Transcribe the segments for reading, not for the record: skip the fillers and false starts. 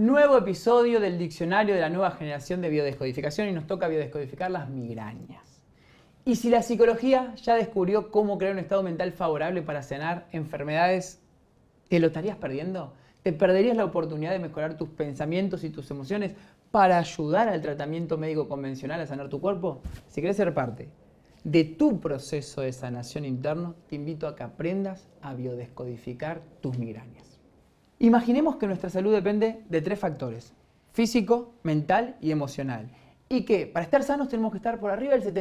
Nuevo episodio del diccionario de la nueva generación de biodescodificación y nos toca biodescodificar las migrañas. Y si la psicología ya descubrió cómo crear un estado mental favorable para sanar enfermedades, ¿te lo estarías perdiendo? ¿Te perderías la oportunidad de mejorar tus pensamientos y tus emociones para ayudar al tratamiento médico convencional a sanar tu cuerpo? Si querés ser parte de tu proceso de sanación interno, te invito a que aprendas a biodescodificar tus migrañas. Imaginemos que nuestra salud depende de 3 factores: físico, mental y emocional. Y que para estar sanos tenemos que estar por arriba del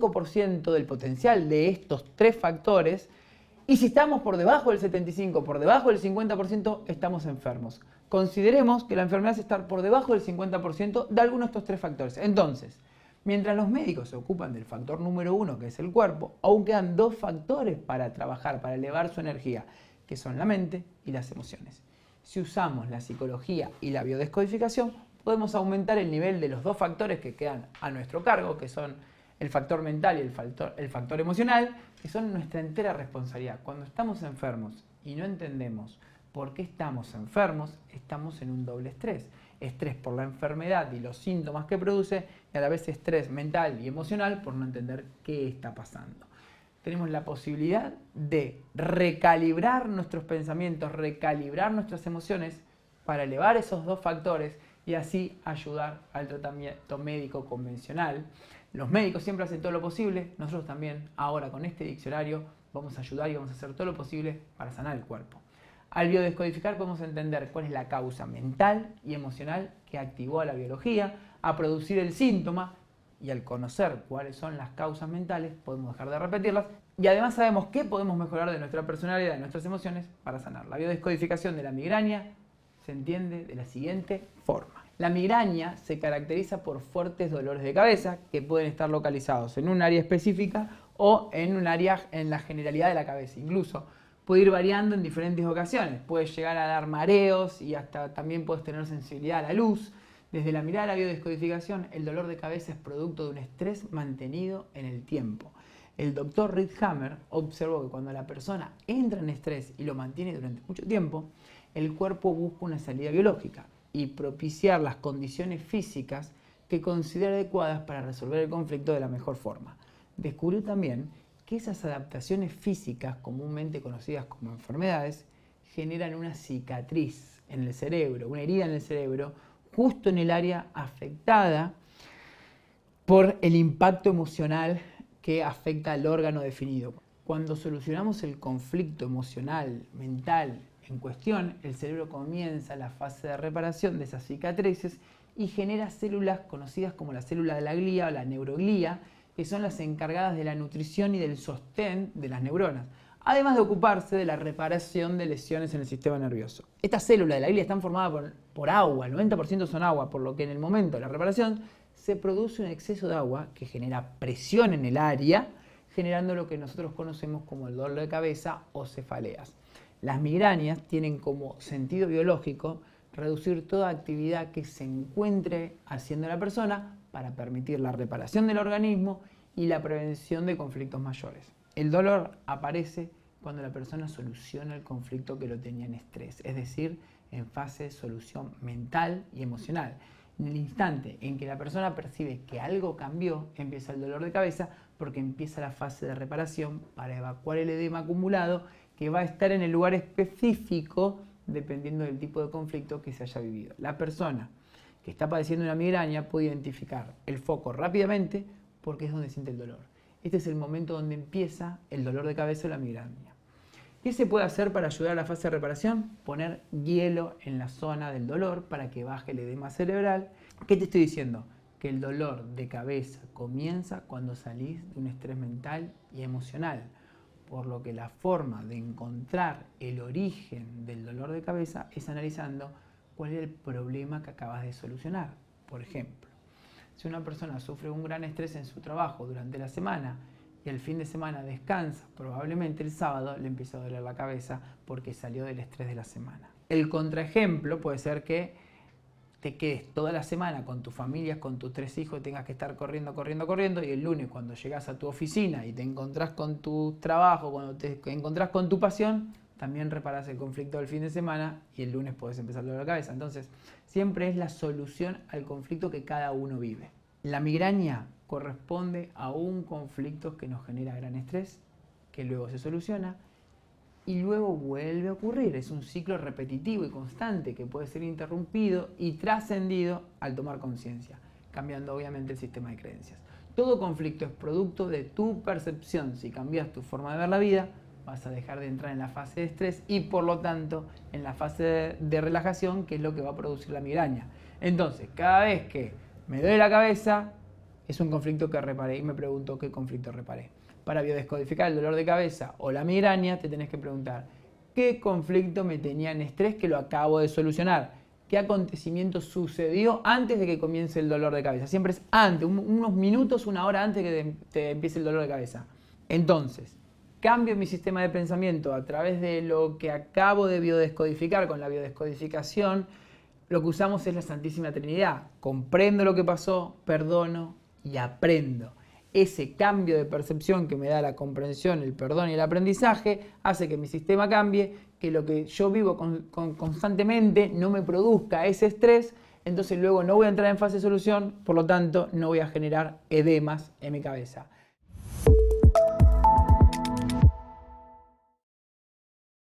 75% del potencial de estos 3 factores. Y si estamos por debajo del 75%, por debajo del 50%, estamos enfermos. Consideremos que la enfermedad es estar por debajo del 50% de alguno de estos 3 factores. Entonces, mientras los médicos se ocupan del factor número 1, que es el cuerpo, aún quedan 2 factores para trabajar, para elevar su energía, que son la mente y las emociones. Si usamos la psicología y la biodescodificación, podemos aumentar el nivel de los 2 factores que quedan a nuestro cargo, que son el factor mental y el factor emocional, que son nuestra entera responsabilidad. Cuando estamos enfermos y no entendemos por qué estamos enfermos, estamos en un doble estrés. Estrés por la enfermedad y los síntomas que produce, y a la vez estrés mental y emocional por no entender qué está pasando. Tenemos la posibilidad de recalibrar nuestros pensamientos, recalibrar nuestras emociones para elevar esos 2 factores y así ayudar al tratamiento médico convencional. Los médicos siempre hacen todo lo posible, nosotros también ahora con este diccionario vamos a ayudar y vamos a hacer todo lo posible para sanar el cuerpo. Al biodescodificar podemos entender cuál es la causa mental y emocional que activó a la biología a producir el síntoma, y al conocer cuáles son las causas mentales podemos dejar de repetirlas y además sabemos qué podemos mejorar de nuestra personalidad, de nuestras emociones para sanar. La biodescodificación de la migraña se entiende de la siguiente forma. La migraña se caracteriza por fuertes dolores de cabeza que pueden estar localizados en un área específica o en un área en la generalidad de la cabeza. Incluso puede ir variando en diferentes ocasiones. Puede llegar a dar mareos y hasta también puedes tener sensibilidad a la luz. Desde la mirada de la biodescodificación, el dolor de cabeza es producto de un estrés mantenido en el tiempo. El doctor Reed Hammer observó que cuando la persona entra en estrés y lo mantiene durante mucho tiempo, el cuerpo busca una salida biológica y propiciar las condiciones físicas que considera adecuadas para resolver el conflicto de la mejor forma. Descubrió también que esas adaptaciones físicas, comúnmente conocidas como enfermedades, generan una cicatriz en el cerebro, una herida en el cerebro, justo en el área afectada por el impacto emocional que afecta al órgano definido. Cuando solucionamos el conflicto emocional, mental en cuestión, el cerebro comienza la fase de reparación de esas cicatrices y genera células conocidas como la célula de la glía o la neuroglía, que son las encargadas de la nutrición y del sostén de las neuronas, además de ocuparse de la reparación de lesiones en el sistema nervioso. Estas células de la glía están formadas por agua, el 90% son agua, por lo que en el momento de la reparación se produce un exceso de agua que genera presión en el área, generando lo que nosotros conocemos como el dolor de cabeza o cefaleas. Las migrañas tienen como sentido biológico reducir toda actividad que se encuentre haciendo la persona para permitir la reparación del organismo y la prevención de conflictos mayores. El dolor aparece cuando la persona soluciona el conflicto que lo tenía en estrés, es decir, en fase de solución mental y emocional. En el instante en que la persona percibe que algo cambió, empieza el dolor de cabeza porque empieza la fase de reparación para evacuar el edema acumulado que va a estar en el lugar específico dependiendo del tipo de conflicto que se haya vivido. La persona que está padeciendo una migraña puede identificar el foco rápidamente porque es donde siente el dolor. Este es el momento donde empieza el dolor de cabeza o la migraña. ¿Qué se puede hacer para ayudar a la fase de reparación? Poner hielo en la zona del dolor para que baje el edema cerebral. ¿Qué te estoy diciendo? Que el dolor de cabeza comienza cuando salís de un estrés mental y emocional, por lo que la forma de encontrar el origen del dolor de cabeza es analizando cuál es el problema que acabas de solucionar. Por ejemplo, si una persona sufre un gran estrés en su trabajo durante la semana y el fin de semana descansa, probablemente el sábado le empieza a doler la cabeza porque salió del estrés de la semana. El contraejemplo puede ser que te quedes toda la semana con tu familia, con tus 3 hijos, tengas que estar corriendo y el lunes cuando llegas a tu oficina y te encontrás con tu trabajo, cuando te encontrás con tu pasión, también reparás el conflicto del fin de semana y el lunes podés empezar el dolor de cabeza. Entonces, siempre es la solución al conflicto que cada uno vive. La migraña corresponde a un conflicto que nos genera gran estrés, que luego se soluciona y luego vuelve a ocurrir. Es un ciclo repetitivo y constante que puede ser interrumpido y trascendido al tomar conciencia, cambiando obviamente el sistema de creencias. Todo conflicto es producto de tu percepción. Si cambias tu forma de ver la vida, vas a dejar de entrar en la fase de estrés y por lo tanto en la fase de relajación, que es lo que va a producir la migraña. Entonces, cada vez que me duele la cabeza, es un conflicto que reparé y me pregunto qué conflicto reparé. Para biodescodificar el dolor de cabeza o la migraña, te tenés que preguntar qué conflicto me tenía en estrés que lo acabo de solucionar. ¿Qué acontecimiento sucedió antes de que comience el dolor de cabeza? Siempre es antes, unos minutos, una hora antes de que te empiece el dolor de cabeza. Entonces, cambio mi sistema de pensamiento a través de lo que acabo de biodescodificar. Con la biodescodificación, lo que usamos es la Santísima Trinidad. Comprendo lo que pasó, perdono y aprendo. Ese cambio de percepción que me da la comprensión, el perdón y el aprendizaje hace que mi sistema cambie, que lo que yo vivo constantemente no me produzca ese estrés, entonces luego no voy a entrar en fase de solución, por lo tanto no voy a generar edemas en mi cabeza.